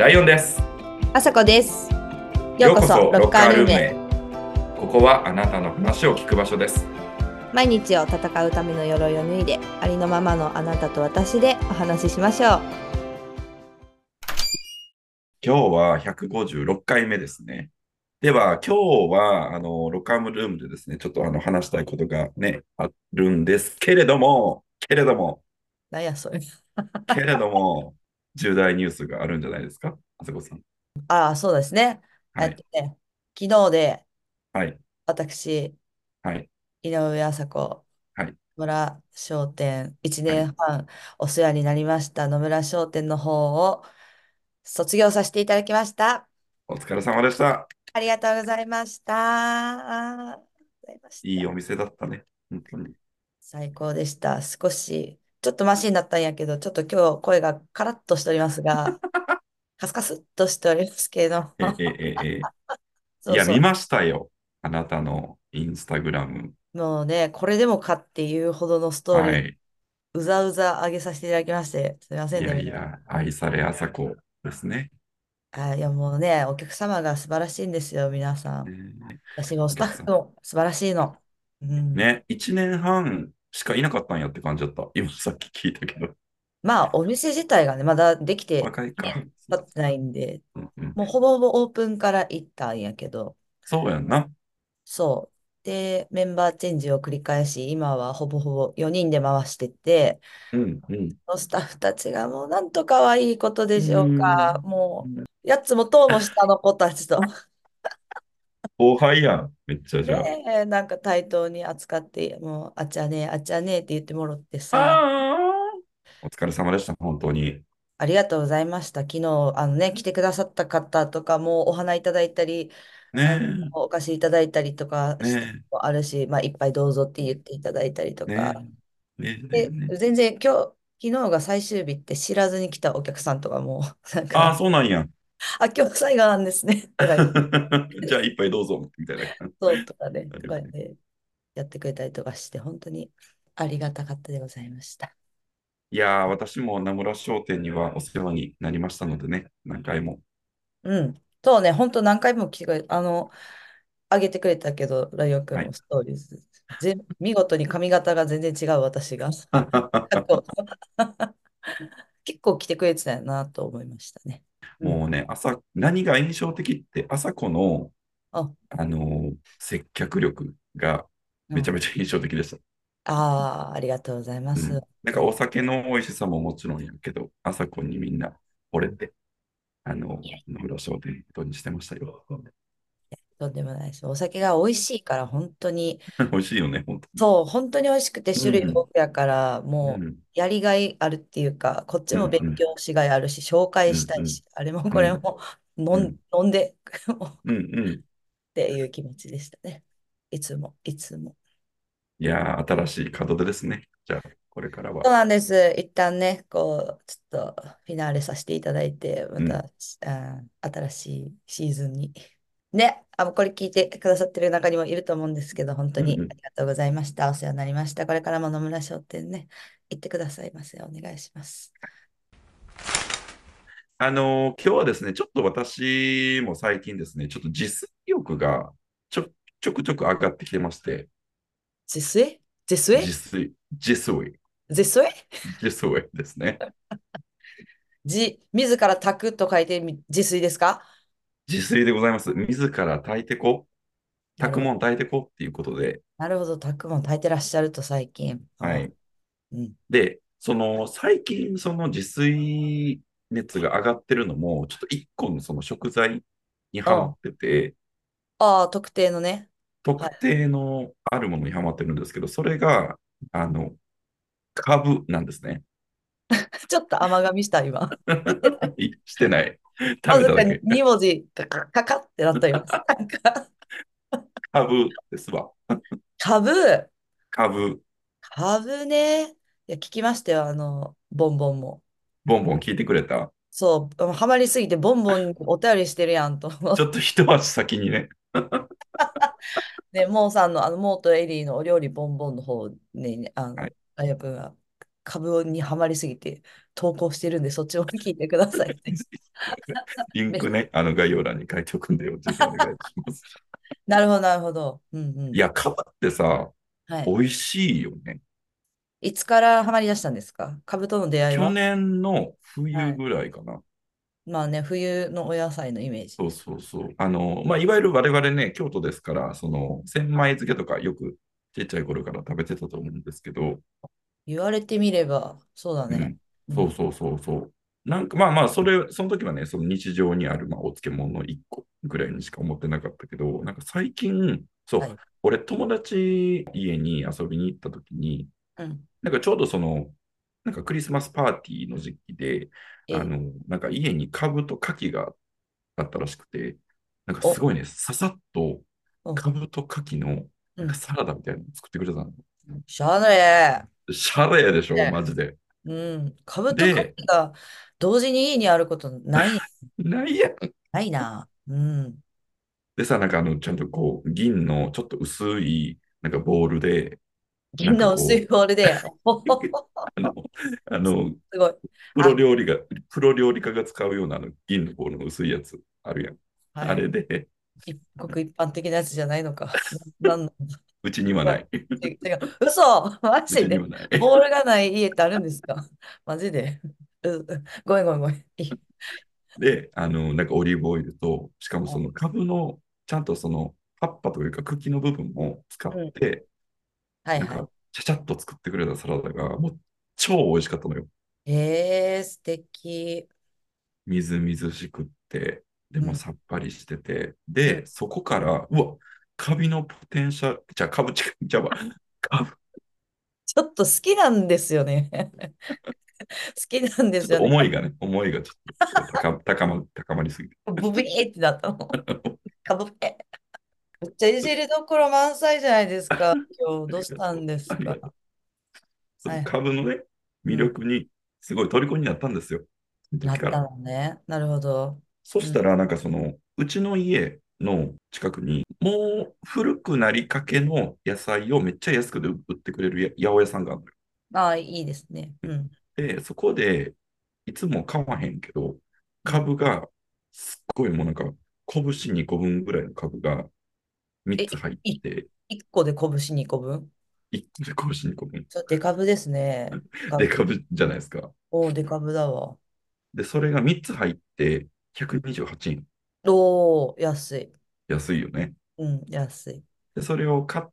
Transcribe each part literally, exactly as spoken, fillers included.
ライオンです。 あさこです。ようようこそロッこそロッカールームへ。 カールームへ。ここはあなたの話を聞く場所です。 毎日を戦うための鎧を脱いで、ありのままのあなたと私でお話ししましょう。 今日はひゃくごじゅうろっかいめですね。では、今日はあのロッカールームでですね、ちょっとあの話したいことがね、あるんですけれども、けれども、 なんやそれ。 けれども、重大ニュースがあるんじゃないですか、あさこさん。 ああ、そうですね。えはい、 っとね、昨日ではい、 私、 はい、 井上あさこ、 はい、 村商店1 はい。 年半お世話になりました野村商店の方を卒業させていただきました。 お疲れ様でした。 ありがとうございました。ありがとうございました。 いいお店だったね。本当に。 最高でした。少し、ちょっとマシになったんやけど、ちょっと今日声がカラッとしておりますが、カスカスっとしておりますけど、 え、え、え、え。いや、 そうそ見ましたよ。あなたのインスタグラム。 う。もうね、これでもかっていうほどのストーリー、 はい。 うざうざ上げさせていただきまして、すみませいんね、皆さん。 やいや、愛されあさこですね。 あ、いやもうね、お客様が素晴らしいんですよ、皆さえん。 ー私もスタッお客さん。 フも素晴らしいの。うん。 ね、いちねんはんしかいなかったんやって感じだった。今さっき聞いたけど。 まあ、お店自体がね、まだできて若いか。 ね、経ってないんで、 うんうん、 もうほぼほぼオープンから行ったんやけど、 そうやんな。 そう。で、メンバーチェンジを繰り返し、今はほぼほぼよにんで回してて、 うんうん。 スタッフたちがもうなんとかはいいことでうしょうか。 ん。 もう、やつもとも下の子たちと、 後輩やん。めっちゃじゃねえ、なんか対等に扱って、もう、あちゃねえ、あちゃねえって言ってもろってあ。 さ、 ああ。お疲れ様でした、本当に。 ありがとうございました。昨日、あのね、来てくださった方とかもお花いただいたり、あの、 ねお菓子いただいたりとかえ、 したのねもあるし、まあ、いっぱいどうぞって言っていただいたりとえ、 か、 ねえ、ねえ、ねえ。 で、 ねえ全然今日、昨日が最終日って知らずに来たお客さんとかも、なんああ、 か、 そうなんや。 あ、今日最後なんですね、とか言って、 じゃあ、一杯どうぞ、みたいな感そうとかね、 じ。あとるよね。 かでやってくれたりとかして、本当にありがたかったでございました。 いやー、私も名村商店にはお世話になりましたのでね、何回も。 うん。そうね、本当何回も来てくれ、あの、あげてくれたけど、ライオンくんはい。 もストーリーズ。全見事に髪型が全然違う私が、結構結構来てくれてたよなと思いましたね。うん。 もうね、朝、何が印象的って、朝子の、 あ、 あのー接客力がうん。 めちゃめちゃ印象的でした。 ああ、ありがとうございます。 うん。 本なんかお当に。 酒の美味しさももちろんやけど、朝子にみんな惚れて、あの、 いや、 名村商店ことにしてましたよ。 とんでもないです。お酒が美味しいから、本当に、 美味しいよね、本当に。 そう、本当に美味しくて種類うん、 豊富やから、もう、 うん、 やりがいあるっていうか、こっちうん、 も勉うん、 強しがいあるし、紹介うん、うん、 したいし、あれもうん、 これも飲ん、 うん、 飲んでうん、うん。 っていう気持ちでしたね。いつも、いつも。 いやー、新しい門出ですね。じゃあ、これからは。 そうなんです。一旦ね、こう、ちょっとフィナーレさせていただいて、また、 うん、 あ新しいシーズンに。ね、あ、これ聞いてくださってる中にもいると思うんですけど、本当うん、うん。 にありがとうございました。お世話になりました。これからも野村商店ね、行ってくださいませ。お願いします。 あのー今日はですね、ちょっと私も最近ですね、ちょっと自炊欲がちょ、ちょくちょく上がってきてまして、 自炊自炊自炊、自炊、 自炊自炊ですね。 自、自ら炊くと書いてみ自炊ですか？ 自炊でございます。自ら炊いてこ、炊くもんなるほど。 炊いてこっていうことで、 なるほど。炊くもん炊いてらっしゃると最近。あ、 はい。 うん。 で、その最近その自炊熱が上がってるのも、ちょっと一個のその食材にハマあってて、 あ、特定のね。は特い。 定のあるものにハマってるんですけど、それが、あの、カブなんですね。 ちょっと甘噛みした、今。 してない。食わずかべただけ。 に文字カカカカってなっております。なんか、 カブですわ。 株、 カブ、 株ね。いや、聞きましたよ、あの、ボンボンも。 ボンボン聞いてくれた。 そう、ハマりすぎてボンボンにお便りしてるやんと思って。 ちょっと一足先にね。 で、モーさんの、あの、モーとエリーのお料理ボンボンの方に、あの、 はい。 あやくんが株にはまりすぎて投稿してるんで、そっちを聞いてくださいね。 リンめクね、あの概要欄に書いておくんで、ぜひお願いします。 なるほど、なるほど。うんうん。 いや、カバってさ、 はい。 美味しいよね。 いつからハマり出したんですか？株との出会い去は？ 年のはい。 冬ぐらいかな。 まあね、冬のお野菜のイメージそうです。 そうそう。あの、まあ、いわゆる我々ね、京都ですから、その、千枚漬けとかよくちっちゃい頃から食べてたと思うんですけど、 言われてみれば、そうだね。 うん。 うん。 そうそうそうそう。なんかまあまあ、それ、その時はね、その日常にある、まあ、お漬物のいっこぐらいにしか思ってなかったけど、なんか最近、そう、 はい。 俺、友達家に遊びに行った時に、 うん。 なんかちょうどその、なんかクリスマスパーティーの時期で、あえ、 の、なんか家にカブと牡蠣があったらしくて、なんかすお、 ごいね、ささっとうん。 カブと牡蠣のなんかうん。 サラダみたいなの作ってくれたの。 しゃあねシャレでしょ、 え。 マジで。 うん。株とで、 柿が同時に家にあることない、 ないやん。 ないな。うん。 でさ、なんかあの、ちゃんとこう、銀のちょっと薄い、なんかボールで、なん銀の薄いかこう、 ボールで、おほほほあの、あの、 すごい。 プロあ、 料理が、プロ料理家が使うようなあの銀のボールの薄いやつあるやん。あはい。 れで、 一国一般的なやつじゃないのか。な、なんの、 うちにはごめん。 ない。 違う、違う嘘マうジで。 ちにはない。 ボールがない家ってあるんですか？マジで。う、うごめんごめんごめん。いいで、あの、なんかオリーブオイルと、しかもそはい。 の株の、ちゃんとその葉っぱというか茎の部分も使っうん。 て、なんか、 はいはい。 ちゃちゃっと作ってくれたサラダが、もう超美味しかったのよ。 えー、素敵。 みずみずしくって、でうん。 もさっぱりしてて、 うん。 で、そこから、うわ、カビのポテンシャル、じゃあ、株、ちゃうわ、株、 ちょっと好きなんですよね。好きなんでちょっとすよね。 思いがね、思いがちょっと高高ま、高まりすぎて。 ブビーってなったの。かぶって。めっちゃいじりどころ満載じゃないですか。今日、どうしたんですか？ ありがとう。そのはい。 株のね、魅うん。 力にすごい虜になったんですよ。そのなった時から。 のね。なるほど。うん。 そしたら、なんかその、うちの家の近くに、もう古くなりかけの野菜をめっちゃ安くで売ってくれるや八百屋さんがあるのよ。 ああ、いいですね。うん。 で、そこで、いつも買わへんけど、 うん。 株が、すっごいもうなんか、拳にこぶんぐらいの株が3 え、 つ入っい、 て、 いっこで拳にこぶ？ いっこで拳にこぶん。 ちょっとデカブですね。 で、 株。 株じゃないですか。 おー、デカブだわ。 で、それがみっつ入ってひゃくにじゅうはちえん。 おー、安い。 安いよね。 うん、安い。 で、それを買って、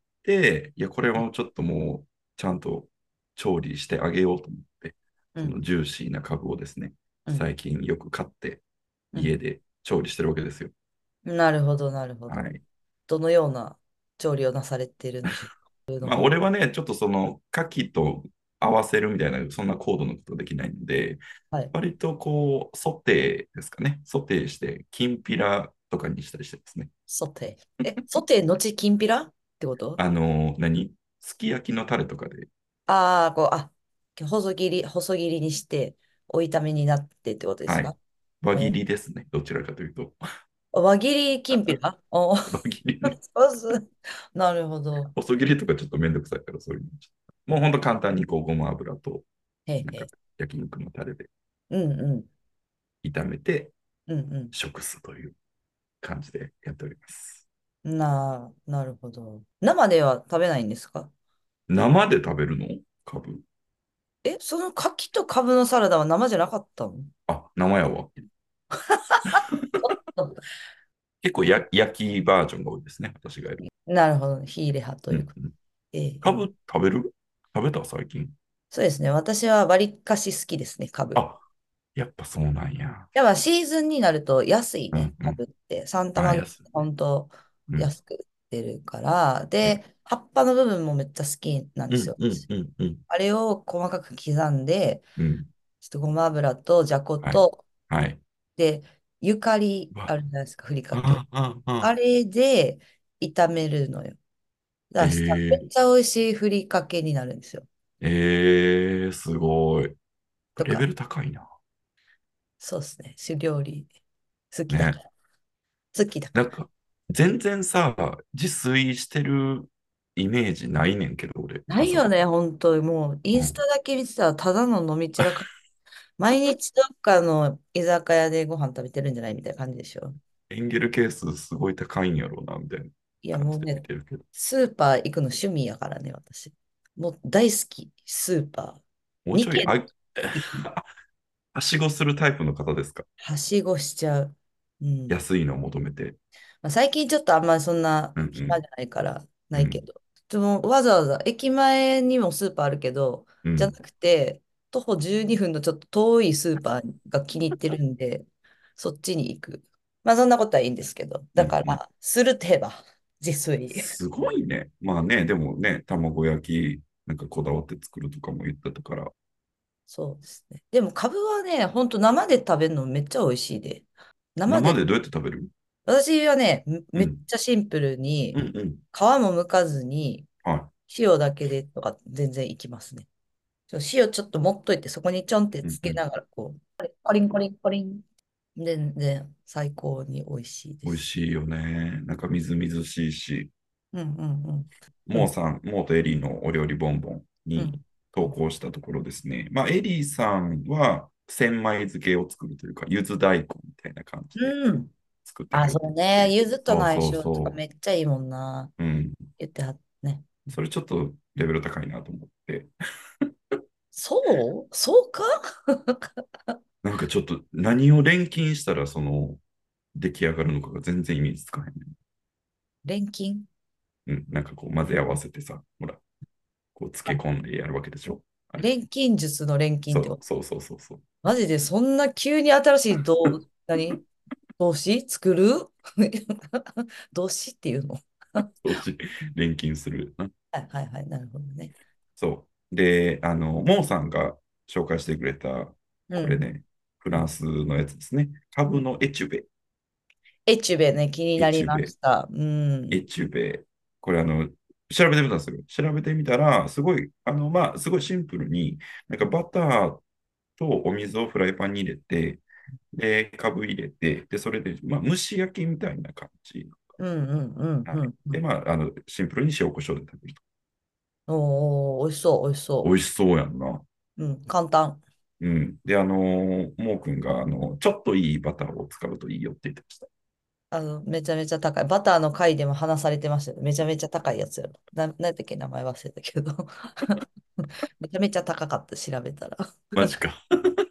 いや、これうん、 はちょっともう、ちゃんと調理してあげようと思って、 うん、 そのジューシーな株をですね、 うん。 最近よく買ってうん家で調理してるわけですよ。 なるほど、なるほど。 はい。 どのような調理をなされているんでしょうのまあ、 方。 俺はね、ちょっとその、牡蠣と合わせるみたいな、そんな高度なことできないので、 はい。 割とこう、ソテーですかね。ソテーして、きんぴらとかにしたりしてますね。 ソテー。え、ソテーのちきんぴらってこと？ あのー何すき焼きのタレとかで、 ああー、こう、あ、細切り、細切りにして、お炒めになってってことですはい。 か？ 輪切え、 りですね。どちらかというと。 輪切りきんぴらお、 輪切りね。 そうすなるほど。 細切りとかちょっとめんどくさいから、そういうのちょっと。もうほんと簡単にこう、ごま油と、なんかへいへい。 焼肉のタレでうんうん。 炒めてうん食すという感じでやっております。 うん。なあ、なるほど。生では食べないんですか？ 生で食べるのカブ。 え、その柿とカブのサラダは生じゃなかったの？ あ、生やわ。 ちょっと結構や焼きバージョンが多いですね。私がやる。 なるほど。火入れ派というか。 うんうん。 ええ、ええカブ食べる食べた最近。 そうですね。私はわりかし好きですね、カブ。 あ、やっぱそうなんや。 やっぱシーズンになると安いね、 うんうん。 カブって。サンタあ、 マが安い。 本当うん。 安く売ってるから。 うんで、葉っぱの部分もめっちゃ好きなんですよ。 うんうんうんうん。 あれを細かく刻んで、 うん。 ちょっとごま油とじゃこはい。 と、 はい。 で、ゆかりわ、 あるじゃないですか、ふりかけ。 ああ、ああ。 あれで炒めるのよ。だからさめっええちゃ美味しいふりかけになるんですよ。 ええすごい。 とか、 レベル高いな。 そうですね。種料理好きだかね。 ら。好きだから。 なんか、全然さ、自炊してるイメージないねんけど、俺、あそこ。 ないよね、本当に。もう、イうん。 ンスタだけ見てたら、ただの飲み散らか、毎日どっかの居酒屋でご飯食べてるんじゃないみたいな感じでしょ。 エンゲル係数すごい高いんやろうな、みたいないや、 感じで見もうね、 てるけど。 スーパー行くの趣味やからね、私。もう大好き、スーパー。にもうちょい、あ、 軒行く。 はしごするタイプの方ですか？ はしごしちゃう。うん。 安いのを求めて。 まあ、最近ちょっとあんまりそんなうんうん暇じゃないからうん。 ないけど。でもわざわざ駅前にもスーパーあるけど、 うん。 じゃなくて、徒歩じゅうにふんのちょっと遠いスーパーが気に入ってるんで、そっちに行く。まあそんなことはいいんですけど。 うんうん。 だから、するといえば自炊。 すごいね。まあね、でもね、卵焼き、なんかこだわって作るとかも言ってたから、 そうですね。でも、カブはね、ほんと生で食べるのめっちゃ美味しいで。生で、 生でどうやって食べる？ 私はね、めめっうん。 ちゃシンプルに、 うんうん。 皮も剥かずに、 は塩だけでとか全然いきますね。そう塩ちょっと持っといて、そこにちょんってい。うんうん。 つけながら、こう、コリンコリンコリン。全然最高に美味しいで美味す。 しいよね。なんかみずみずしいし。 うんうんうん。でも、 モーさん、モーとエリーのお料理ボンボンにうん。 投稿したところですね。まあ、エリーさんは千枚漬けを作るというか、ゆず大根みたいな感じでうん。あ、 作ってはるそうね。 って。 柚子とのそうそう相性とかそめっちゃいいもんな。 う。うん。 言ってはっね。 それちょっとレベル高いなと思って。 そうそうか。 なんかちょっと何を錬金したらその出来上がるのかが全然イメージつかへんね。 錬金。 うん。なんかこう混ぜ合わせてさ、ほら、こう漬けあ、 込んでやるわけでしょ。あれ。 錬金術の錬金ってこと？ そうそうそうそうそう。 マジでそんな急に新しい動、何動詞作る？動詞っていうの？はそうし、錬金する。 いはいはい、なるほどね。 そう。で、あの、モーさんが紹介してくれた、 うん。 これね、フランスのやつですね。カブのエチュベ、 エチュベね、気になりエチュベ、 ました。うん。 エチュベ。これ、あの、調べてみたんですよ。調べてみたら、すごい、あの、まあ、すごいシンプルに、なんかバターとお水をフライパンに入れて、で、カブ入れて、で、それで、まあ、蒸し焼きみたいな感じ。 うんうんうんはい。で、 うんうん。 まあ、あの、シンプルに塩コショウで食べると。 おー、美味しそう、美味しそ美味しそうやんな。 う。うん、簡単。 うん。で、あのー、もうくんが、あの、ちょっといいバターを使うといいよって言ってました。 あの、めちゃめちゃ高い。バターの回でも話されてましたよ。めちゃめちゃ高いやつやろ。な、なんだっけ、名前忘れたけど。めちゃめちゃ高かった、調べたら。 マジか。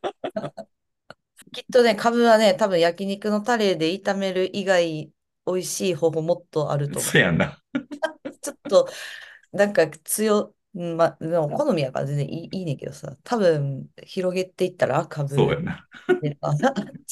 きっとね、カブはね、多分焼肉のタレで炒める以外、美味しい方法もっとあると思う。 そうやんな。 ちょっと、なんか強、うんま、でも好みやから全然いい、いいねんけどさ、多分広げていったら、カブそうやんな。 で、あな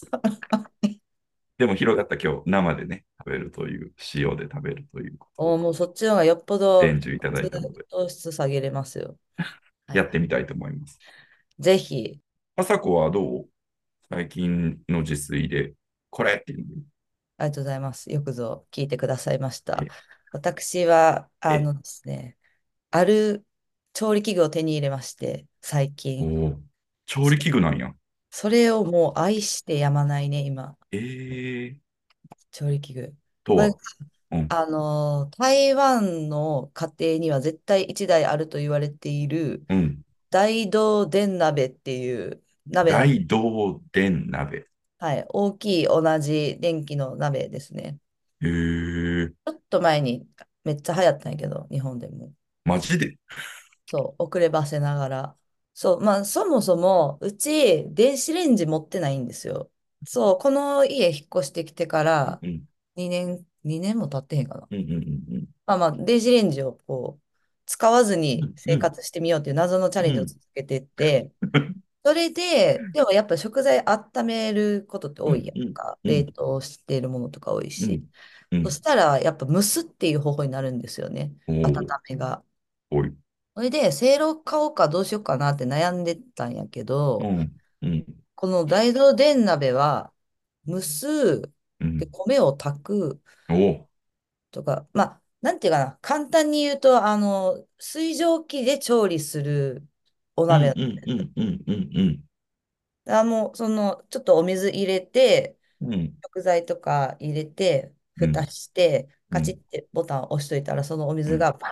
でも広がった今日、生でね、食べるという、塩で食べるということをおもうそっちの方がよっぽど伝授いただいたので、 糖質下げれますよ。はい。 やってみたいと思います。 ぜひ、 朝子はどう？最近の自炊で、これっていうの。 ありがとうございます。よくぞ聞いてくださいました。 え、 私は、あえ、 のですね、ある調理器具を手に入れまして、最近。 おー、調理器具なんや。 それをもう愛してやまないね、今。 えー、 調理器具。これ、 とは。うん、 あの、台湾の家庭には絶対一台あると言われているうん。 大同電鍋っていう鍋なんです。 大同電鍋。 はい。大きい同じ電気の鍋ですね。 へー、 ちょっと前にめっちゃ流行ったんやけど、日本でも。 マジで？ そう、遅ればせながら。そう、まあそもそもうち電子レンジ持ってないんですよ。そう、この家引っ越してきてからうん、 にねん、にねんも経ってへんかな。 うん、うん、うん、 まあまあ、電子レンジをこう、使わずにうん、うん、 生活してみようっていう謎のチャレンジをうん、 続けてって、それで、でもやっぱ食材温めることってうん、 多いやんうん、 か。 うん、 冷凍しているものとか多いし。 うん、うそん、 したら、やっぱ蒸すっていう方法になるんですよね。 お温ー、 めが。 おい、 それで、せいろ買おうかどうしようかなって悩んでたんやけど、 うん、うん、 この大同電鍋は、蒸す、で、 うん、 米を炊く、 おー、 とか、まあ、なんていうかな、簡単に言うと、あの、水蒸気で調理するおうん、 鍋なんうん、 ですよ。 うん、うん、うん、うん、 あ、もう、その、ちょっとお水入れて、 うん、 食材とか入れて、蓋うん、 して、カチッうん、 てボタンを押しといたら、そのおうん、 水がバーッ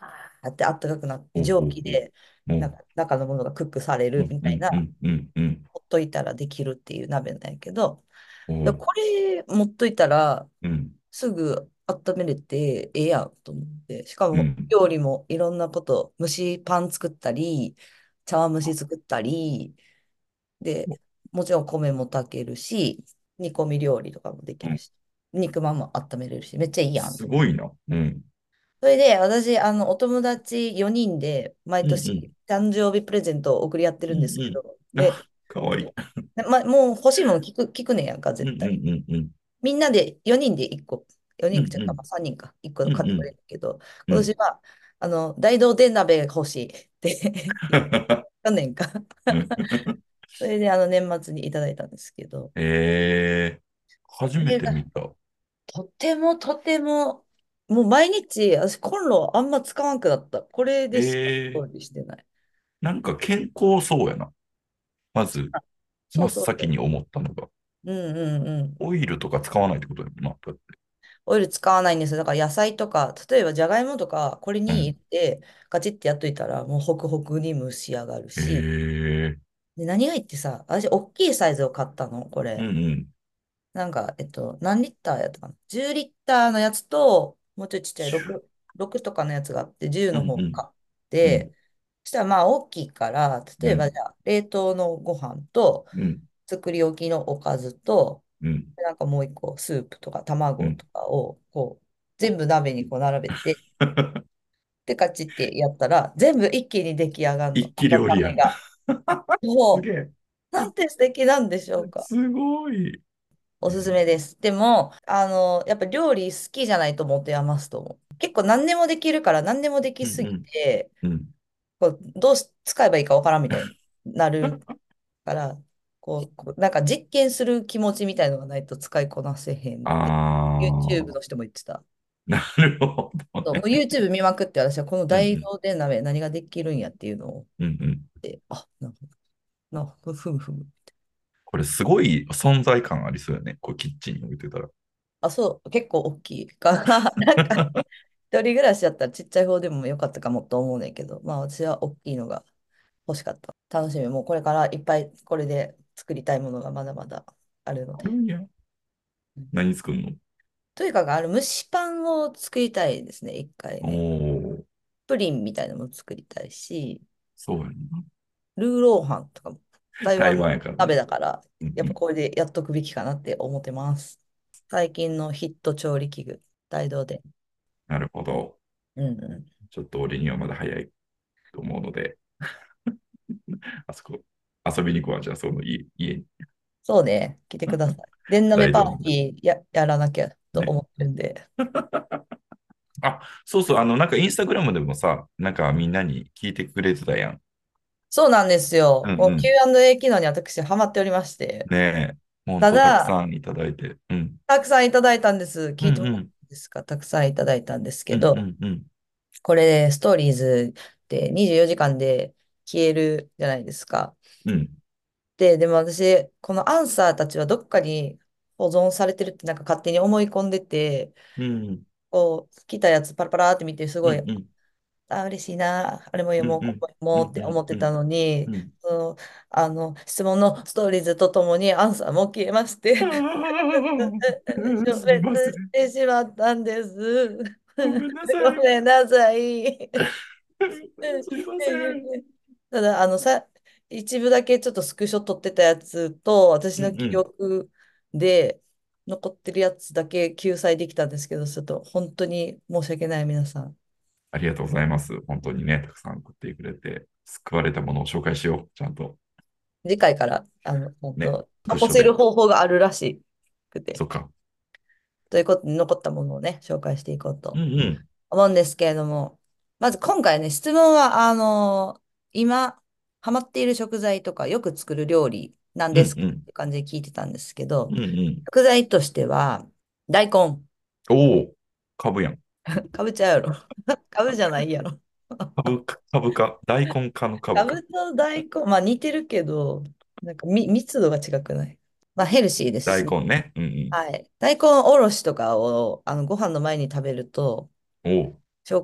やってあったかくなってほうほ蒸うほう。 気でうん、 なんか中のものがクックされるうん、うん、うみたいな、 ん、うん、うん。 ほっといたらできるっていう鍋なんやけど、 おう、 いやこれ持っといたらうん、 すぐ温めれてええやんと思って、しかもうん。 料理もいろんなこと、蒸しパン作ったり、茶碗蒸し作ったり、で、もちろん米も炊けるし、煮込み料理とかもできうん、 るし、肉まんも温めれるし、めっちゃいいやんと。 すごいな。うん、 それで、私、あの、お友達よにんで毎うん、う年ん、 誕生日プレゼントを送り合ってうん、 るんですけうん。 ど、で、 あ、かわいい。 でま、もう欲しいもの聞く、聞くねんやんか、 うん、 絶対。 うん、うん、うん、 みんなでよにんでいっこ、4 うん、 人じゃか、まあ、さんにんか、いっこうん、 買ってくれうん、 るけど、 うん。 今年は、あの、大同電鍋が欲しいって去年か。 うん。 それで、あの、年末にいただいたんですけど、 えー、初めこれがて見た。 とてもとても、もう毎日、私コンロあんま使わんくなった。これでしかえー、 調理してない。 なんか健康そうやな。まず、 あ、そ真っうそうそう。 先に思ったのが。 うんうんうん。 オイルとか使わないってことだよな。だって。 オイル使わないんですよ。だから野菜とか、例えばじゃがいもとか、これに入うん。 れて、ガチってやっといたら、もうホクホクに蒸し上がるえし、 ー、 で、何がいいってさ、私、大きいサイズを買ったの、これ。 うんうん。 なんか、えっと、何リッターやったかな？ じゅう リッターのやつと、もうちょいちっちゃいシュろく、ろくとかのやつがあって、じゅうのうんうん方を買っうん。 て、そしたらまあ大きいから、例えばうんじゃあ、冷凍のご飯と、 うん作り置きのおかずと、 うんなんかもう一個、スープとか卵うんとかを、こう、全部鍋にこう並べて、で、カチってやったら、全部一気に出来上がるの、 一気料理や。 温めが。もすげえ。 う、なんて素敵なんでしょうか。 すごい。 おすすめです。でも、あの、やっぱ料理好きじゃないと持て余すと思う。結構何でもできるから何でもできすぎうんうんて、 うん。 こうどうし使えばいいかわからんみたいになるから、こう、こうなんか実験する気持ちみたいのがないと使いこなせへんって YouTube ああ、 の人も言ってた。 なるほどそうもうね。 YouTube 見まくって私はこの大うん同電鍋何ができるんやっていうのをうんうんうん。 で、あ、なるほど。な、ふふむふむ。 これすごい存在感ありそうやね。こうキッチンに置いてたら。 あ、そう、結構大きいかな。なんか一人暮らしだったらちっちゃい方でもよかったかもと思うねんけど、まあ私は大きいのが欲しかった。楽しみ。もうこれからいっぱいこれで作りたいものがまだまだあるので。 あるんや。 うん、 何作るの？ とにかくあの蒸しパンを作りたいですね、一回おね。 おー、 プリンみたいなのも作りたいし、 そうやな。 ルーローハンとかも台湾台の湾やからな。 鍋だから、やっぱうんうん。 これでやっとくべきかなって思ってます。最近のヒット調理器具、大道で。 なるほど。 うんうん。 ちょっと俺にはまだ早いと思うので、あそこ、遊びに行こう。じゃあ、その家、家に。 そうね、来てください。電鍋パーテ大丈夫。 ィーや、やらなきゃとね。 思ってるんで。 あ、そうそう、あの、なんかインスタグラムでもさ、なんかみんなに聞いてくれてたやん。 そうなんですよ。こううんうん。 キューアンドエー 機能に私ハマっておりまして。 ねえ、ほんとたくただ、 さんいただいて。うん。 たくさんいただいたんです。聞いてもらってうんうん。 いいですか？たくさんいただいたんですうんうけど、 んうん。 これ、ストーリーズってにじゅうよじかんで消えるじゃないですか。 うん。 で、でも私、このアンサーたちはどっかに保存されてるってなんか勝手に思い込んでて、 うん。 こう、来たやつパラパラって見て、すごい、 うんうん。 あ、嬉しいな、あれも読もう、 うんうん。 ここも読うんもうって思ってたうん。 のに、 うん。 その、あの、質問のストーリーズとともにアンサーも消えましあて、 ー消すみませ滅しん。 てしまったんです。 ごめんなさごい。 めんなさい。 すみません。 ただ、あのさ、一部だけちょっとスクショ撮ってたやつと、私の記うんうん。 憶で残ってるやつだけ救済できたんですけど、ちょっと本当に申し訳ない、皆さん。 ありがとうございます。本当にね、たくさん送ってくれて、救われたものを紹介しよう。ちゃんと。 次回から、あの、本ね、 当、残せる部署で。 方法があるらしくて、 そっか。 ということで、残ったものをね、紹介していこうとうんうん。 思うんですけれども、まず今回ね、質問は、あの今、ハマっている食材とか、よく作る料理なんですかっうんうん。 て感じで聞いてたんですけど、 うんうん。 食材としては、大根。 おお、株やん。 かぶちゃうやろ。かぶじゃないやろ。 株か、株か。大根科の株か。 かぶと大根、まあ似てるけど、なんかみ密度が違くない？まあヘルシーですしね。 大根ね。うんはい。大根おろしとかをあのご飯の前に食べると、 うん。おお。 消化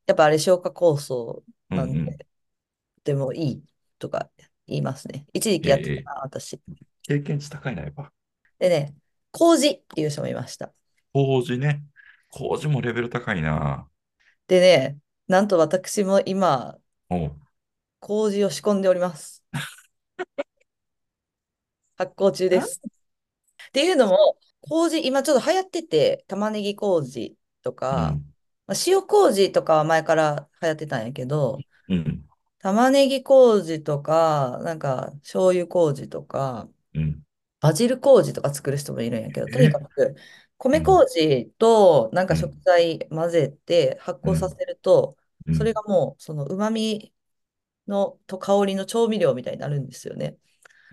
やっぱあれ消化酵素うんうん。 なんで、でもいいとか言いますね。一時期やってたええ、 な、私。 経験値高いな、やっぱ。 でね、麹っていう人もいました。 麹ね。麹もレベル高いな。 でね、なんと私も今、 おう。 麹を仕込んでおります。発酵中であ、 す。っていうのも、麹、今ちょっと流行ってて、玉ねぎ麹とか、 うん。 まあ、塩麹とかは前から流行ってたんやけど、 うん。 玉ねぎ麹とか、なんか醤油麹とか、 うん。 バジル麹とか作る人もいるんやけど、とにかえ、 く米うん。 麹となんか食うん。 材混ぜて発うん。 酵させると、それうん。 がもうその旨味のと香りの調味料みたいになるんですよね。 うん。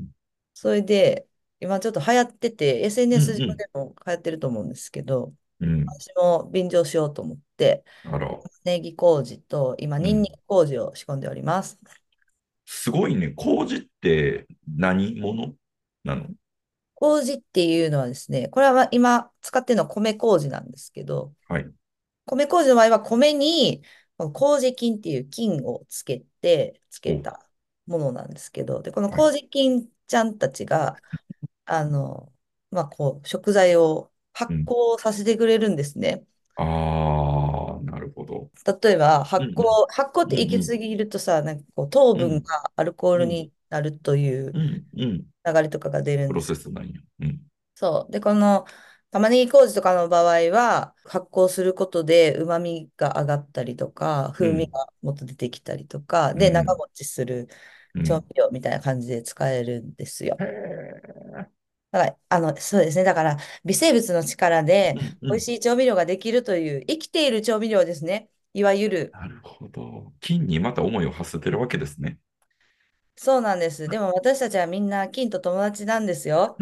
それで、今ちょっと流行ってて、 うん。 エスエヌエス 上うん。 でも流行ってると思うんですけど、 うん。 私も便乗しようと思って、 あら。 ネギ麹と今、ニンニうん。 ク麹を仕込んでおります。 すごいね。麹って何者なの？ 麹っていうのはですね、これは今使ってるのは米麹なんですけど、 はい。 米麹の場合は米にこの麹菌っていう菌をつけて、つけお、 たものなんですけど、で、このはい。 麹菌ちゃんたちが、あの、まあ、こう、食材を発うん。 酵させてくれるんですね。 ああ、なるほど。 例えば、発酵、 うん。 発酵っうん。うん。 て行き過ぎるとさ、なんかこう、糖分うん。 がアルコールうん。 になるといううん。うん。 流れとかが出るんプロです。 セスなんや。うん。 そう。で、この玉ねぎ麹とかの場合は、発酵することで旨味が上がったりとか、風味うん。 がもっと出てきたりとか、で、長うん。 持ちするうん。 調味料みたいな感じで使えるんですよ。 へえ。 だから、あの、そうですね。だから、微生物の力でうん。うん。 美味しい調味料ができるという、生きている調味料ですね。いわゆる。 なるほど。金にまた思いを馳せてるわけですね。 そうなんです。でも私たちはみんな金と友達なんですよ。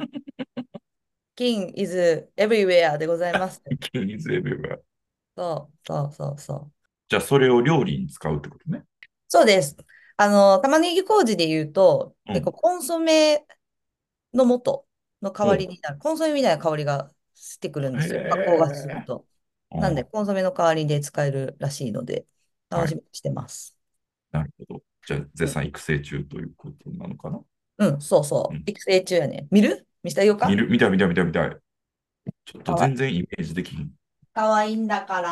金 is everywhere でございます。 金にずいぶん。 そう、そう、そう、そう。 じゃあ、それを料理に使うってことね。 そうです。あの、玉ねぎ麹で言うと、結構うん。 コンソメの素の代おう。 わりになる。コンソメみたいな香りがしてくるんでへすよ。発酵が進むえ。 と。なんで、 うん。 コンソメの代わりで使えるらしいので、楽はい。 しみにしてます。 なるほど。じゃあ、絶賛育成中ということなのかな？ うん、そうそう。 うん。 育成中やね。見る見せてあげようか。 見る、見たい見たい見たい見たい。ちょっとかわいい。 全然イメージできひん。 かわいいんだから、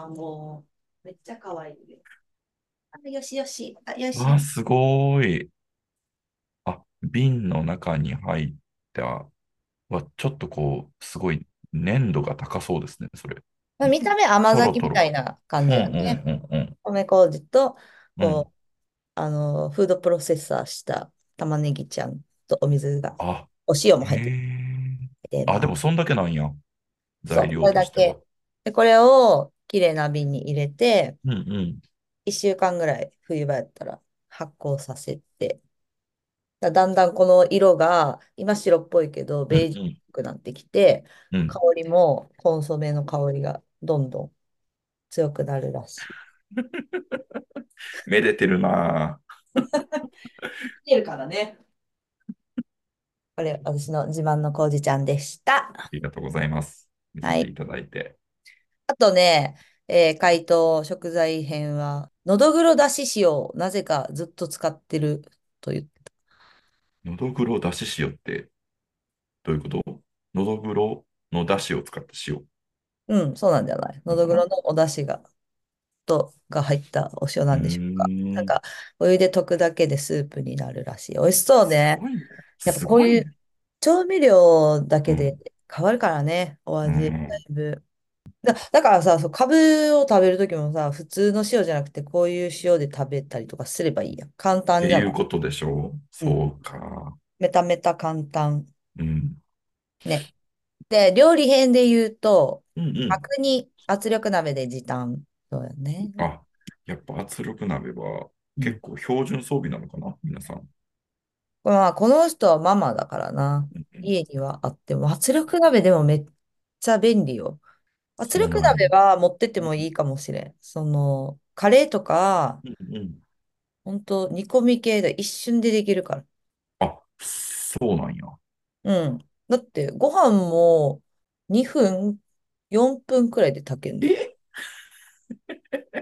もう、めっちゃかわいいで。あ、よしよし。あ、よしあー、 よし。 すごい。あ、瓶の中に入ったは、ちょっとこう、すごい粘度が高そうですね、それ。 まあ、見た目甘酒みたトロトロ。 いな感うんうじやね。 んうん米麹と、 うん。うん。 こう、あの、フードプロセッサーした玉ねぎちゃんとお水が、 あ、 お塩もへ入ってえ。あ、でてます。 もそんだけなんや。 そう、 材料これとしては。 だけ。で、これをきれいな瓶に入れて、 うんうん。 いっしゅうかんぐらい冬場やったら発酵させて、だだんだんこの色が、今白っぽいけど、ベージュっうんうんぽくなってきて、香うん。 りもコンソメの香りがどんどん強くなるらしい。 めでてるなぁ。 見えるからね。これ、私の自慢のこうじちゃんでした。 ありがとうございます。見せはい。 ていただいて。 あとね、えー解凍食材編は、のどぐろだし塩をなぜかずっと使ってるという。 のどぐろだし塩ってどういうこと？のどぐろのだしを使った塩うん、そうなんじゃない。のなのかな？ どぐろのお出汁が、と、が入ったお塩うなんでしょうか。なーん。 んか、お湯で溶くだけでスープになるらしい。美味しそうね。 すごいね。 やっぱすこういうごいね。 調味料だけでうん。 変わるからね、おう味、だん。 いぶ。だ、だからさ、そう、カブを食べるときもさ、普通の塩じゃなくて、こういう塩で食べたりとかすればいいやん。簡って単じゃない。 いうことでしょう。 うん。 そうか。 メタメタ簡単。 うん。 ね。で、料理編で言うと、 うんうん。 角煮圧力鍋で時短。そうやね。 あ、やっぱ圧力鍋はうん。 結構標準装備なのかな皆さん。 これまあ、この人はママだからな。 うんうん。 家にはあっても、圧力鍋でもめっちゃ便利よ。圧力そうなんや。 鍋は持ってってもいいかもしれん。その、カレーとか、 うんうん。 本当煮込み系で一瞬でできるから。 あ、そうなんや。 うん。だって、ご飯もにふん、よんぷんくらいで炊けるの。 え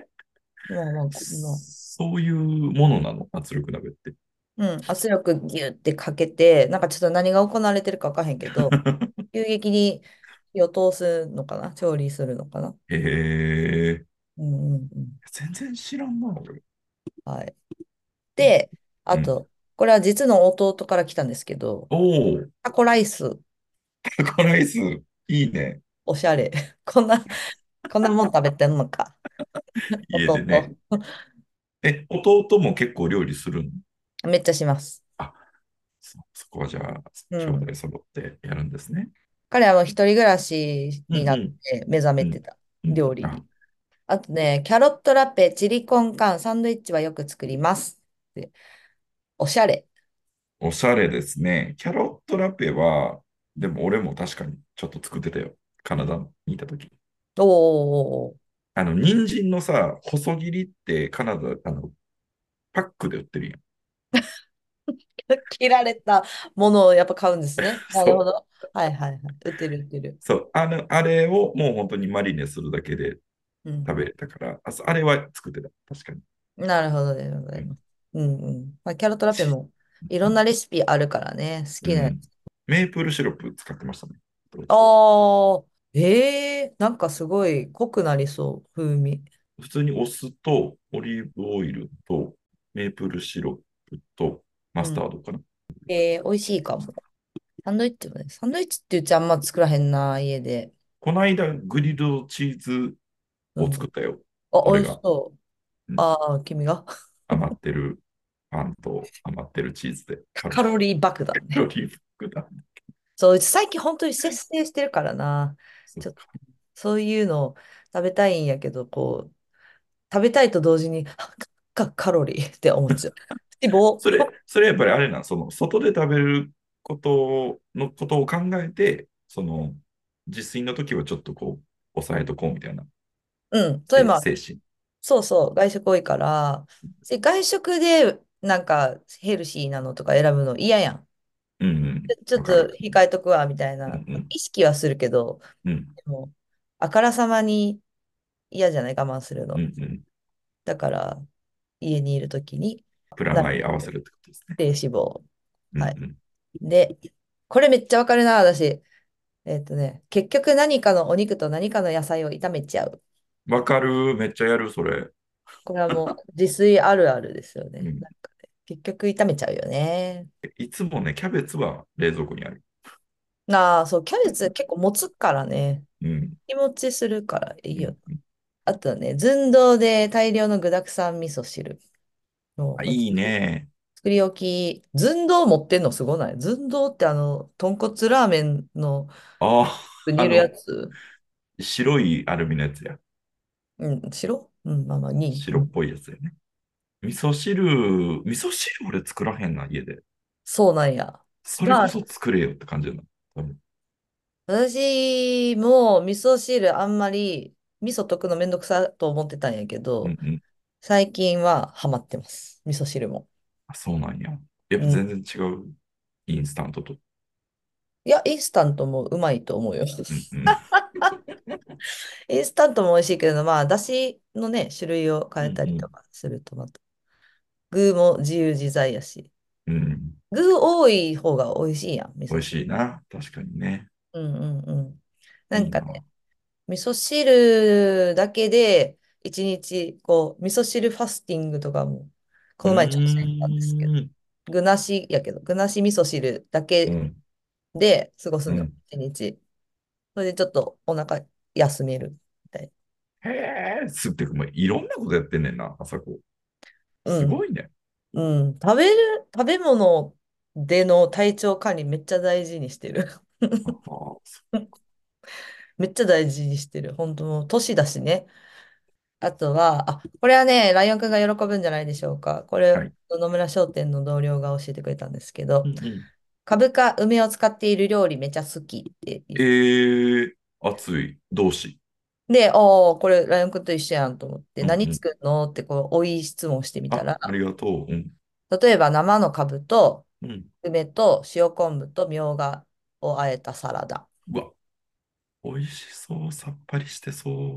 まあまあ、こんな。 そういうものなの、圧力鍋って。 うん、圧力ギュってかけて、なんかちょっと何が行われてるか分からへんけど、急激に火を通すのかな、調理するのかな。 へえ、 うんうんうん。 全然知らんな、俺。 はい。で、 うん。 あと、これは実の弟から来たんですけど、 おお、 タコライス、 タコライス、いいね。 おしゃれ。こんな、こんなもん食べてんのか、 家でね。 弟。 え、弟も結構料理するの？ めっちゃします。 あ、そ、そこはじゃあ、 うん。 兄弟揃ってやるんですね。 彼はもう一人暮らしになっうん、 て目覚うん、うん、 めてた、 うん。あ、 料理に。あとね、キャロットラペ、チリコンカーン、サンドイッチはよく作ります。でおしゃれ。 おしゃれですね。キャロットラペは、でも俺も確かにちょっと作ってたよ。カナダにいたとき。 おー、 あの、人参のさ、細切りってカナダ、あの、パックで売ってるやん。 切られたものをやっぱ買うんですね。なそう。 るほど。はいはいはい。売ってる売ってる。 そう。あの、あれをもう本当にマリネするだけでうん。 食べれたから、あ、そうあれは作ってた。確かに。 なるほどでござうん。 います。うんうん。まあ、キャロットラペもいろんなレシピあるからね。好きなやつ。 うん。メープルシロップ使ってましたね。当時ああ、ええなんかすごい濃くなりそう、風味。 普通にお酢とオリーブオイルとメープルシロップとマスタうん。 ードかな。 えー、美味しいかも。サンドイッチもね。サンドイッチってうちあんま作らへんな、家で。 この間グリルドチーズをうん。 作ったよ。 あ、美味し俺が。 そう。 うん。 ああ、君が。 余ってるパンと余ってるチーズでカロリー、 カロリー爆弾ね。 カロリー爆弾。 そう、うち最近本当に節制してるからな。ちょっと、 そっか。 そういうのを食べたいんやけど、こう、食べたいと同時に、あカカロリーって思っちゃう。脂肪。 それ、それやっぱりあれな、その、外で食べることのことを考えて、その、自炊の時はちょっとこう、抑えとこうみたいな、 うん。それせもある。 精神。 そうそう、外食多いから、で外食でなんかヘルシーなのとか選ぶの嫌やん。 うんうん。 ちょちょっとわかる。 控えとくわ、みたいな。 うんうん。 意識はするけど、 うん。 でも、あからさまに嫌じゃない、我慢するの。 うんうん。 だから、家にいるときに、 プラなるマイ合わせるってことですね。 低脂肪。はい。 うんうん。 で、これめっちゃわかるな、私。えっとね、結局何かのお肉と何かの野菜を炒めちゃう。 わかる。めっちゃやる、それ。 これはもう自炊あるあるですよね。 うん。 なんかね、結局炒めちゃうよね。 いつもね、キャベツは冷蔵庫にある。 ああ、そう、キャベツ結構持つからね。 うん。 日持ちするからいいよ。 うんうん。 あとね、寸胴で大量の具沢山味噌汁。もうあ、 これいいね。 作り置き。寸胴持ってんのすごない？寸胴ってあの、豚骨ラーメンのああ、あ煮るやの、 つ。 白いアルミのやつや。 うん、白うん、まあまあ、に。うん、 白っぽいやつやね。味噌汁、味噌汁俺作らへんな、家で。 そうなんや。 それこまあ、 そ作れよって感じだな。多分。 私も味噌汁あんまり味噌溶くのめんどくさと思ってたんやけど、 うんうん。 最近はハマってます。味噌汁も。 あ、そうなんや。やっぱうん。 全然違う。インスタントと。 いや、インスタントもうまいと思うよ。 うんうん。 インスタントも美味しいけど、まあ、だしのね、種類を変えたりとうんかするとまた、具も自由自在やし。 うん。うん。 具多い方が美味しいやん、味美味噌汁。 しいな。確かにね。 うんうんうん。ないいな。 んかね、味噌汁だけで、一日、こう、味噌汁ファスティングとかも、 うこの前挑戦したんですけど、 ーん。 具なしやけど、具なし味噌汁だけうん。 で過ごすの、 うん。 一日。それでちょっとお腹休めるみたいへえ、すってか、もういろんなことやってんねんな、朝子。 な。うん。 すごいね。 うん。食べる、食べ物での体調管理めっちゃ大事にしてる。 ああ、そめっちゃ大事にしてる。本当もう年だしね。あとは、あ、これはね、ライオンくんが喜ぶんじゃないでしょうか。これ、 はい。 野村商店の同僚が教えてくれたんですけど、 うんうん。 かぶか梅を使っている料理めちゃ好きって言って。 ええ、熱い。同志。 で、おー、これライオンくんと一緒やんと思って、何うんうん。 作るのってこう、おい質問してみたあ、 ら、 ありがとう。うん。 例えば生のかぶとうん。 梅と塩昆布とみょうがをあえたサラダ。 うわ、美味しそう。さっぱりしてそう。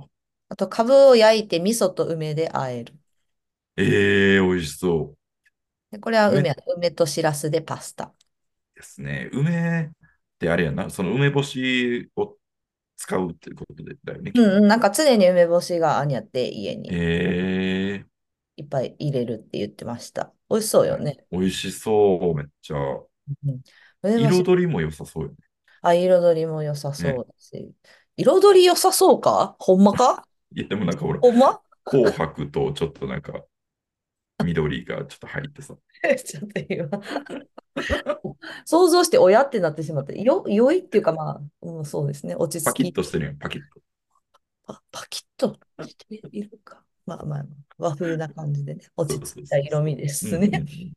あと、カブを焼いて味噌と梅で和える。 ええー、美味しそで、これはう。梅で梅、梅としらすでパスタ。 すね。梅ってあれやな、その梅干しを使うっていうことでだよね、きっと。 うんうん、なんか常に梅干しがあんやって、家にええいっぱい入れるって言ってました。美味しそうー、はい。 よね。 美味しそう、めっちゃ。 うん、梅干し、 彩りも良さそうよあ、彩りも良さね。ね。 そうだし。彩り良さそうかほんまかいや、でもなんかほら、 ほんま？ 紅白とちょっとなんか緑がちょっと入ってさ、 ちょっと今、想像して親ってなってしまって、よ、良いっていうかまあ、うん、そうですね。落ちパキッ着き。 としてるやん、パキッと。 パ、パキッとしているか。まあまあ、和風な感じでね、落ち着いそうそうそうそた色味でう。うんうんうすね。 ん。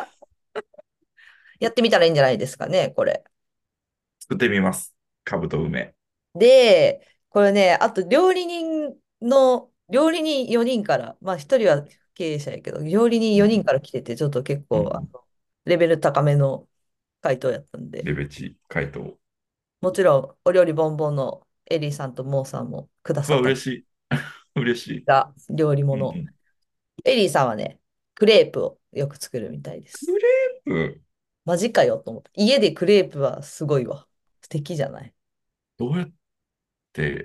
やってみたらいいんじゃないですかね、これ。 作ってみます。かぶと梅。 で、これね、あと料理人の、料理人よにんから、まあひとりは経営者やけど、料理人よにんうんから来てて、ちょっと結構、あうんうん。 のレベル高めの回答やったんで、 レベチ回答。 もちろんお料理ボンボンのエリーさんとモーさんもくだうわ、 さった嬉しい。嬉しい。 が料理物。 うんうん。 エリーさんはね、クレープをよく作るみたいでクす。 レープ、 マジかよと思って。家でクレープはすごいわ。素敵じゃない？ どうやって、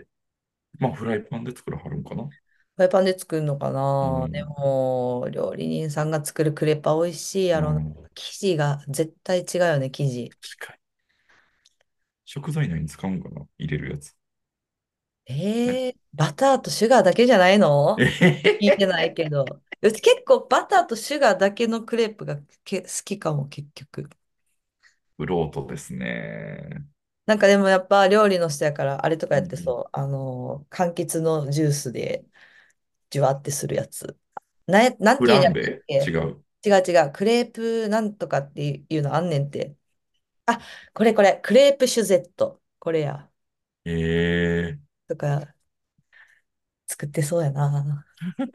まあ、フライパンで作らはるんかな。 フライパンで作るのかうな。でん。 も、料理人さんが作るクレープは美味しいやろな。 うん。 生地が絶対違うよね、生地。 確かに。食材何に使うんかな入れるやつ。ね。 えー、バターとシュガーだけじゃないえの？ へへへ。 聞いてないけど。うち結構バターとシュガーだけのクレープがけ好きかも、結局。 フロートですね。 なんかでもやっぱ料理の人やから、あれとかうんうん。 やってそう。あのー、柑橘のジュースでジュワってするやつ。な、なんフていうんやっランベ違け？ う。 違う違う。クレープなんとかっていうのあんねんて。あ、これこれ。クレープシュゼット。これや。 ええとか、作ってそうやな。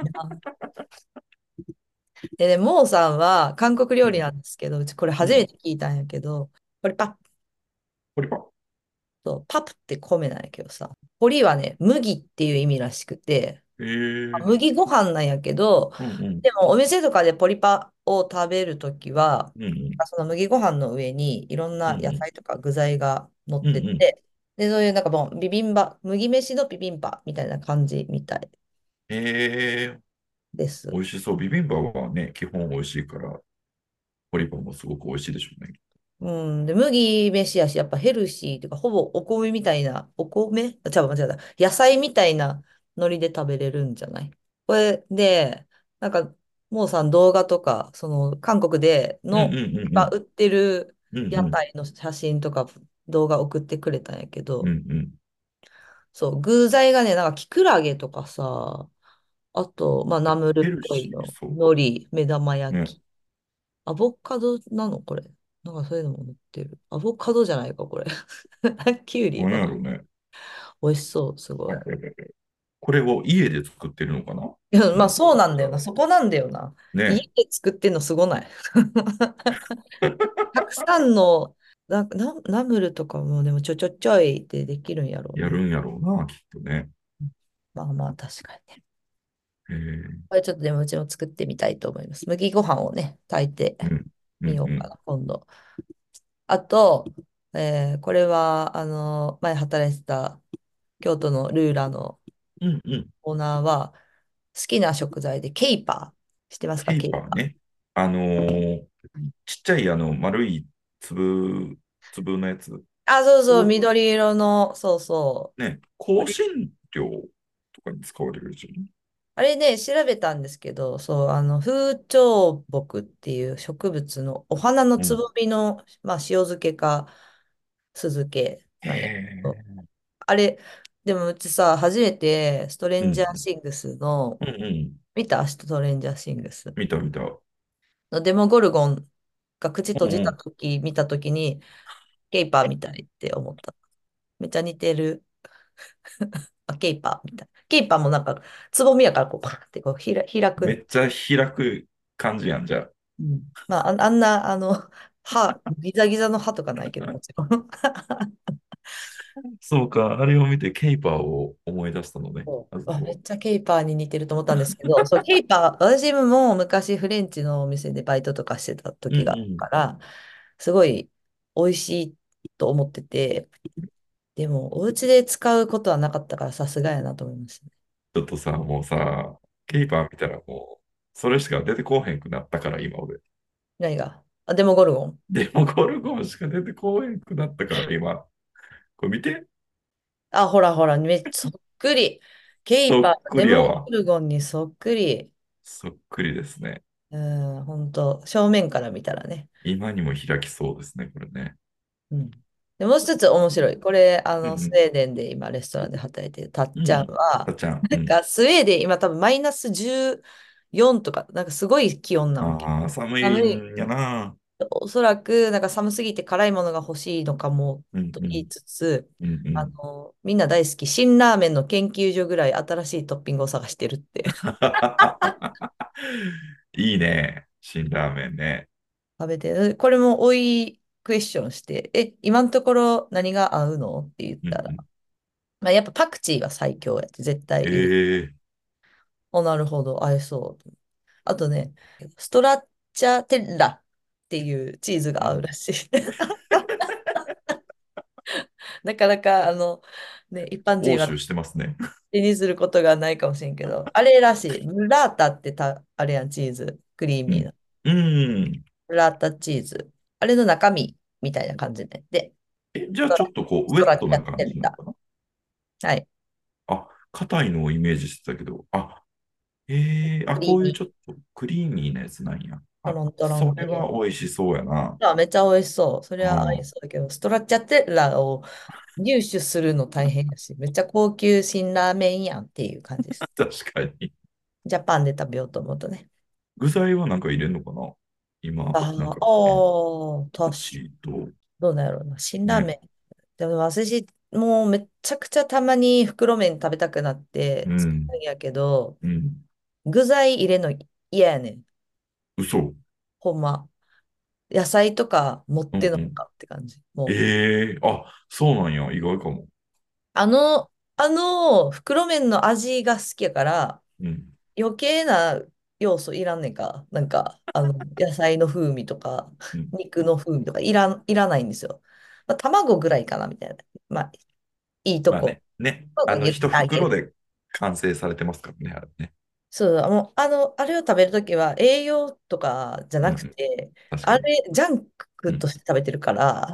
でね、モーさんは韓国料理なうん。 んですけど、うちこれ初めうん。 て聞いたんやけど、これパッポリパ。 と、パプって米なんやけどさ、ポリはね、麦っていう意味らしくて、 ええ麦ご飯なんやけど、 うんうん。 でもお店とかでポリパを食べるときは、 うんうん。 その麦ご飯の上にいろんな野うんうん。 菜とか具材が乗っうんうん。 てて、で、そういうなんかもうビビンバ、麦飯のビビンバみたいな感じみたいええです。 美味しそう。ビビンバはね、基本美味しいから、ポリパもすごく美味しいでしょうね。 うん、で、麦飯やし、やっぱヘルシーっていうか、ほぼお米みたいな、お米あ、違う、間違えた。野菜みたいな海苔で食べれるんじゃない？これで、なんか、モーさん動画とか、その、韓国でうんうんの、 うんうん。 が売ってる屋うんうん。 台の写真とか動画送ってくれたんやけうんど、 うん。 そう、具材がね、なんか、キクラゲとかさ、あと、まあ、ナムルっヘルぽいの、 シーそ海苔、目玉う。ね。 焼き。アボカドなのこれ？なんかそういうのも塗ってる。アボカドじゃないか、これ。キュウリ何は。 やろうね。 美味しそう、すごい。 はいはいはいはい。これを家で作ってるのかな。 いや、まあモーさんそうなんだよな。 だったら。 そこなんだよな。家ね。 で作ってんのすごない？たくさんの、な、な、ナムルとかもでもちょちょちょいでできるんやろうな。 やるんやろうな、きっとね。 まあまあ確かにね。 えー、 これちょっとでもうちも作ってみたいと思います。麦ご飯をね、炊いてうん。うんうん。 みようかな、今度。あと、えーこれは、あの、前働いてた京都のルーラのうんうん。 オーナーは、好きな食材でケイパー。知ってますか、 ケケイパイパーね。あのーー？ ちっちゃいあの丸い粒、粒のやつあ、そうそう、 を緑色の、そうそう。 ね、香辛料とかに使われるでしょうね。 あれね、調べたんですけど、そう、あの、風蝶木っていう植物のお花のつうん。 ぼみの、まあ、塩漬けか酢漬けへなんやけど、 え。 あれ、でもうちさ、初めてストレンジャーうん。 シングスの、 うんうん。 見たストレンジャーシングス見た見た。うんのデモゴルゴンが口閉じたうん。 とき、見たときに、ケイパーみたいって思った。めっちゃ似てる。あ、ケイパーみたい。ケイパーもなんか、つぼみやからこう、パーってこう、ひら、開く。 めっちゃ開く感じやん、じゃあ。 うん。まあ、あ、あんな、あの、歯、ギザギザの歯とかないけど、もちろん。 そうか、あれを見てケイパーを思い出したのね、 そうあ、めあずこは。 っちゃケイパーに似てると思ったんですけど、そう、ケイパー、私も昔フレンチのお店でバイトとかしてたうんう時があるかん。 ら、すごい美味しいと思ってて、でもお家で使うことはなかったからさすがやなと思いましたね。 ちょっとさ、もうさ、ケイパー見たらもう、それしか出てこうへんくなったから、今俺。 何があ、デモゴルゴン。 でもゴルゴンしか出てこうへんくなったから、今。これ見て。 あ、ほらほら、めっちゃそっくり。ケイそっパー、デモゴくりやわ。 ルゴンにそっくり。 そっくりですね。 うん、本当正面から見たらね。 今にも開きそうですね、これね。 うん。で、もう一つ面白い。これ、あの、スウうんェーデンで今レストランで働いてるたっうん。 ちゃんうん。たは、 っちゃん。うん。 なんかスウェーデン今多分マイナスじゅうよんとか、なんかすごい気温なわけ。 ああ、寒い寒い。 んやな。 おそらく、なんか寒すぎて辛いものが欲しいのかもうんうん。 と言いつつ、 うんうん。 あの、みんな大好き、辛ラーメンの研究所ぐらい新しいトッピングを探してるって。 いいね。辛ラーメンね。 食べて、これも追いクエスチョンして、え、今のところ何が合うのって言ったら、 うんうん。 まあ、やっぱパクチーは最強やって絶対言う。 ええお、なるほど、合いそう。あとね、ストラッチャテッラっていうチーズが合ううん。 らしい。なかなか、あの、ね、一般人は欧州してますね。 手にすることがないかもしれんけど、あれらしい。ブラータってた、あれやん、チーズ。クリーうん。 ミーな。 うん。 ブラータチーズ。あれの中身みたいな感じで。で、 え、じゃあストラちょっとこう、ウェットストラッチャな感じテッラ。 なのかな？ はい。 あ、硬いのをイメージしてたけど、あ、ええあ、こういうクリーミー。 ちょっとクリーミーなやつなんや。あ、 トロントロそれン系。 は美味しそうやな。 あ、めっちゃ美味しそう。それは合いうん。 そうだけど、ストラッチャテッラを入手するの大変やし、めっちゃ高級辛ラーメンやんっていう感じです。 確かに。 ジャパンで食べようと思うとね。 具材はなんか入れるのかな？今、 あーなんか、え、 あー、確パクチーと、 どうなんやろうな。辛ラーね。 メン。でも私、もうめっちゃくちゃたまに袋麺食べたくなって作うん。 るんやけど、 うん。 具材入れんの嫌やねん。 嘘。 ほんま。野菜とか持っうんうん。 てんのかって感じ。もう。 ええあ、そうなんや。意外かも。 あの、あの袋麺の味が好きやから、 うん。 余計な要素いらんねんか。なんか、あの、野菜の風味とか、 うん。 肉の風味とかいらん、いらないんですよ。まあ、卵ぐらいかな、みたいな。まあ、いいとこ。 まあね。ね。あの、 言って一あげる。 袋で完成されてますからね、あれね。 そう、もう、あの、あれを食べるときは栄養とかじゃなくうんうん。 て、 確かに。 あれ、ジャンクとうん。 して食べてるから、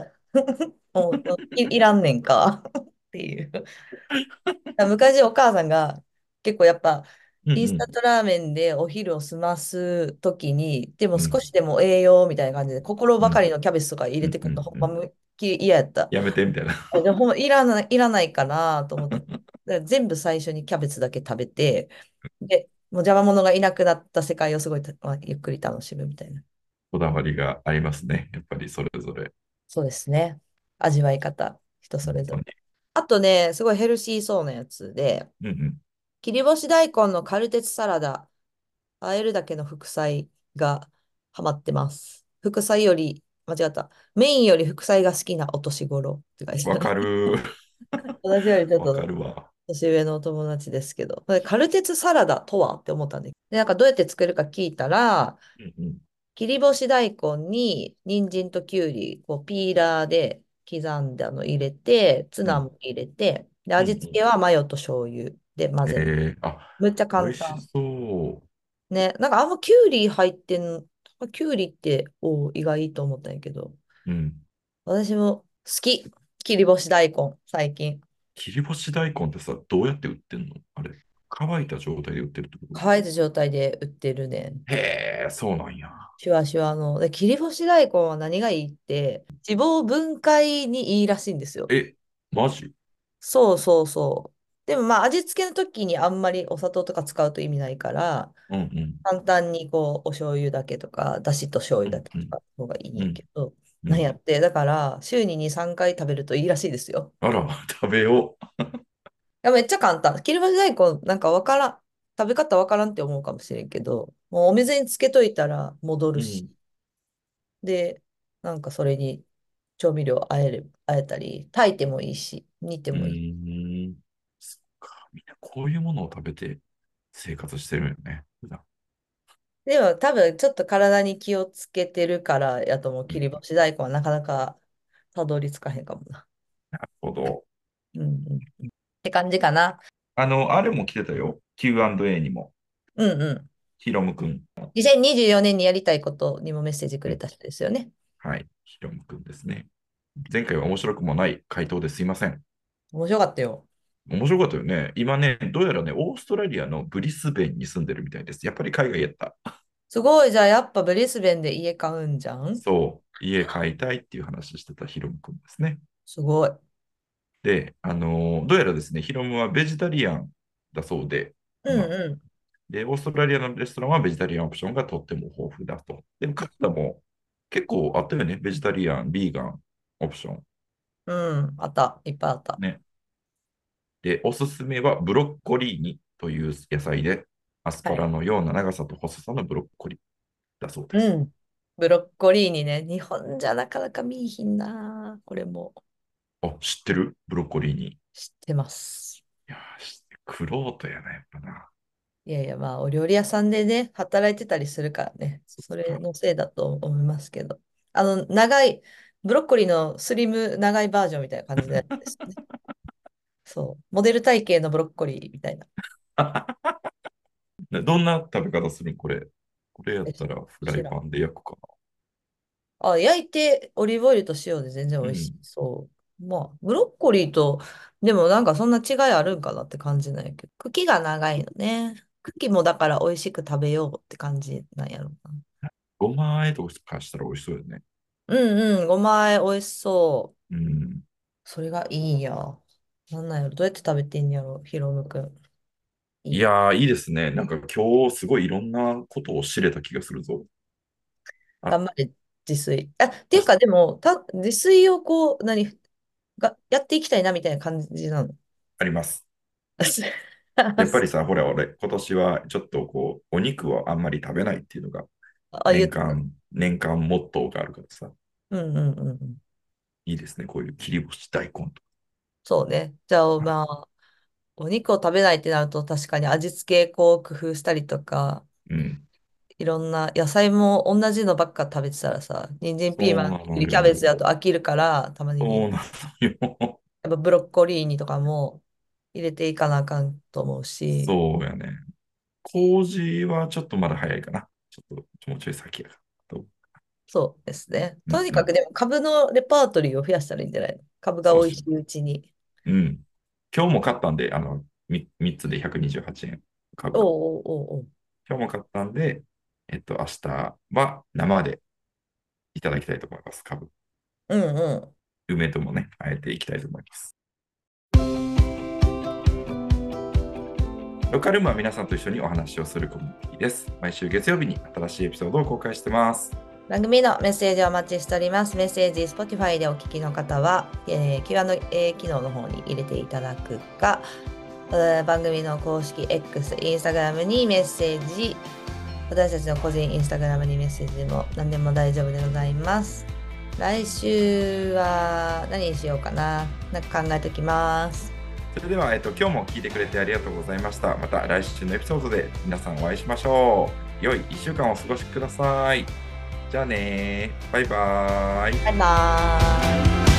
もうい、いらんねんかっていう。昔お母さんが結構やっぱインスタンうんトラーメンでお昼を済ますときに、でもうん。うん。 少しでも栄養みたいな感じで心ばかうん。 りのキャベツとか入うん。 れてくるのうん。うん。 ほんまむっきり嫌やった。 やめて、みたいな。 あでもほんまいらない、いらないかなと思って。だから全部最初にキャベツだけ食べて、で、もう邪魔者がいなくなった世界をすごいた、まあゆっくり楽しむみたいな。 こだわりがありますね。やっぱりそれぞれ。 そうですね。味わい方、人それぞれ。 本当に。 あとね、すごいヘルシーそうなやつで、 うんうん。 切り干し大根のカルテツサラダ。和えるだけの副菜がハマってます。副菜より、間違った。メインより副菜が好きなお年頃って書いてあわかる。 る。 私よりちょっわかとるわ。 年上のお友達ですけど、これカルテツサラダとはって思ったんで、で、なんかどうやって作るか聞いたら、 うんうん。 切り干し大根に人参ときゅうり、こうピーラーで刻んだの入れて、ツうんナも入れて、で、 うんうん。 味付けはマヨと醤油で混ぜる。 えー、あ、 めっちゃ美味し簡単。 そね、なんかあんまキュウリ入ってん、キュウリってお意外と思ったんやけど、 う。うん。 私も好き。切り干し大根、最近。 切り干し大根ってさ、どうやって売ってんのあれ？乾いた状態で売ってるってこ乾いた状態で売ってるね。 と？へえ、そうなんや。 シュワシュワの。で、切り干し大根は何がいいって、脂肪分解にいいらしいんですよ。 え、マジ？ そうそうそう。でもまあ味付けの時にあんまりお砂糖とか使うと意味ないから、 うんうん簡単にこうお醤油だけとか、だしと醤油だけとうんうんかの方がいいんうんやけど、 うん。 なんやって、だから週にに、さんかい食べるといいらしいですよ。 あら、食べよや、めっちゃ簡単。切り干し大根、なんかわからん。食べ方わからんって思うかもしれんけど、もうお水につけといたら戻う。 るし。 うん。 で、なんかそれに、 調味料あえる、あえたり、炊いてもいいし、煮てうもいい。 ーん。そっか。みんなこういうものを食べて生活してるよね。普段。 でも多分ちょっと体に気をつけてるからやと思う。 うん。 切り干し大根はなかなかたどり着かへんかもな。 なるほど。 うんうん。って感じかな。 あの、あれも来てたよ。キューアンドエー にも。 うんうん。 ヒロムくん。 にせんにじゅうよねんにやりたいことにもメッセージくうん。 れた人ですよね。 はい。ヒロムくんですね。前回は面白くもない回答ですいません。 面白かったよ。 面白かったよね。今ね、どうやらね、オーストラリアのブリスベンに住んでるみたいです。やっぱり海外やった。 すごい、じゃあやっぱブリスベンで家買うんじゃん。 そう、家買いたいっていう話してたヒロムくんですね。 すごい。 で、あのーどうやらですね、ヒロムはベジタリアンだそうで、 うんまあ、 うん。 で、オーストラリアのレストランはベジタリアンオプションがとっても豊富だと。でも、カナダも結構あったよね。ベジタリアン、ビーガンオプション。 うん、あった。いっぱいあった。 ね。で、おすすめはブロッコリーニという野菜で、アスパはい。 ラのような長さと細さのブロッコリーだそうです。 うん。ブロッコリーにね、日本じゃなかなか見いひんな。これもあ、知ってるブロッコリーニ。い知ってます。 やー、知ってクロートやな、やっぱな。 いやいや、まあ、お料理屋さんでね、働いてたりするからね、 そっそれか。 のせいだと思いますけど。あの、長い、ブロッコリーのスリム長いバージョンみたいな感じですね。そう。モデル体型のブロッコリーみたいな。 ねどんな食べ方するこれ。これやっえ、 たらフラ知らん。 イパンで焼くかあ、焼いてオリーブオイルと塩で全然な。う美味しい。 ん。 そう。まあ、ブロッコリーと、でもなんかそんな違いあるんかなって感じなんやけど、茎が長いのね。茎もだから美味しく食べようって感じなんやろな。 ごま和えとかしたら美味しそうよね。 うんうん、ごま和え美味しそう。 うん。 それがいいんや。なんなんやろ。どうやって食べてんやろ、ヒロムくん。いいな。 いやー、いいですね。なんか今日すごいいろんなことを知れた気がするぞ。あ、 頑張れ、自炊。あ、ってあしいうか、でも、た、自炊をこう、何、が、やっていきたいなみたいな感じなの。 あります。やっぱりさ、ほら、俺、今年はちょっとこう、お肉をあんまり食べないっていうのが、 あ、言ってた。 年間、年間モットーがあるからさ、 うんうんうんうん。 いいですね。こういう切り干し大根とそうね。じゃあ、 か。 まあ、お肉を食べないってなると、確かに味付けこう工夫したりとか、 うん。 いろんな野菜も同じのばっか食べてたらさ、人参、ピーマン、 そうなきゅうり、キャベのよ。 ツやと飽きるから、玉ねぎ。 そうなのよ。 やっぱブロッコリーニとかも入れていかなあかんと思うし、 そうやね。麹はちょっとまだ早いかな。ちょっと、もうちょい先やから。とそうですね。とにかくうんうん。 でも株のレパートリーを増やしたらいいんじゃないの？株がそうしよ美味しいうちに。 う。うん。今日も買ったんで、あの、みみっつでひゃくにじゅうはちえんおう株。 おうおうおう。 今日も買ったんで、えっと、明日は生でいただきたいと思います。株。 うんうん。 梅ともね、あえていきたいと思います。ロカルームは皆さんと一緒にお話をするコミュニティです。毎週月曜日に新しいエピソードを公開してます。 番組のメッセージをお待ちしております。メッセージ、Spotify でお聞きの方は、えー、キューアンドエー 機能の方に入れていただくか、えー番組の公式 X、Instagram にメッセージ、私たちの個人 Instagram にメッセージでも何でも大丈夫でございます。来週は何にしようかな。なんか考えておきます。 それでは、えっと、今日も聞いてくれてありがとうございました。また来週のエピソードで皆さんお会いしましょう。良いいっしゅうかんをお過ごしください。じゃあねー。バイバーイ。 バイバーイ。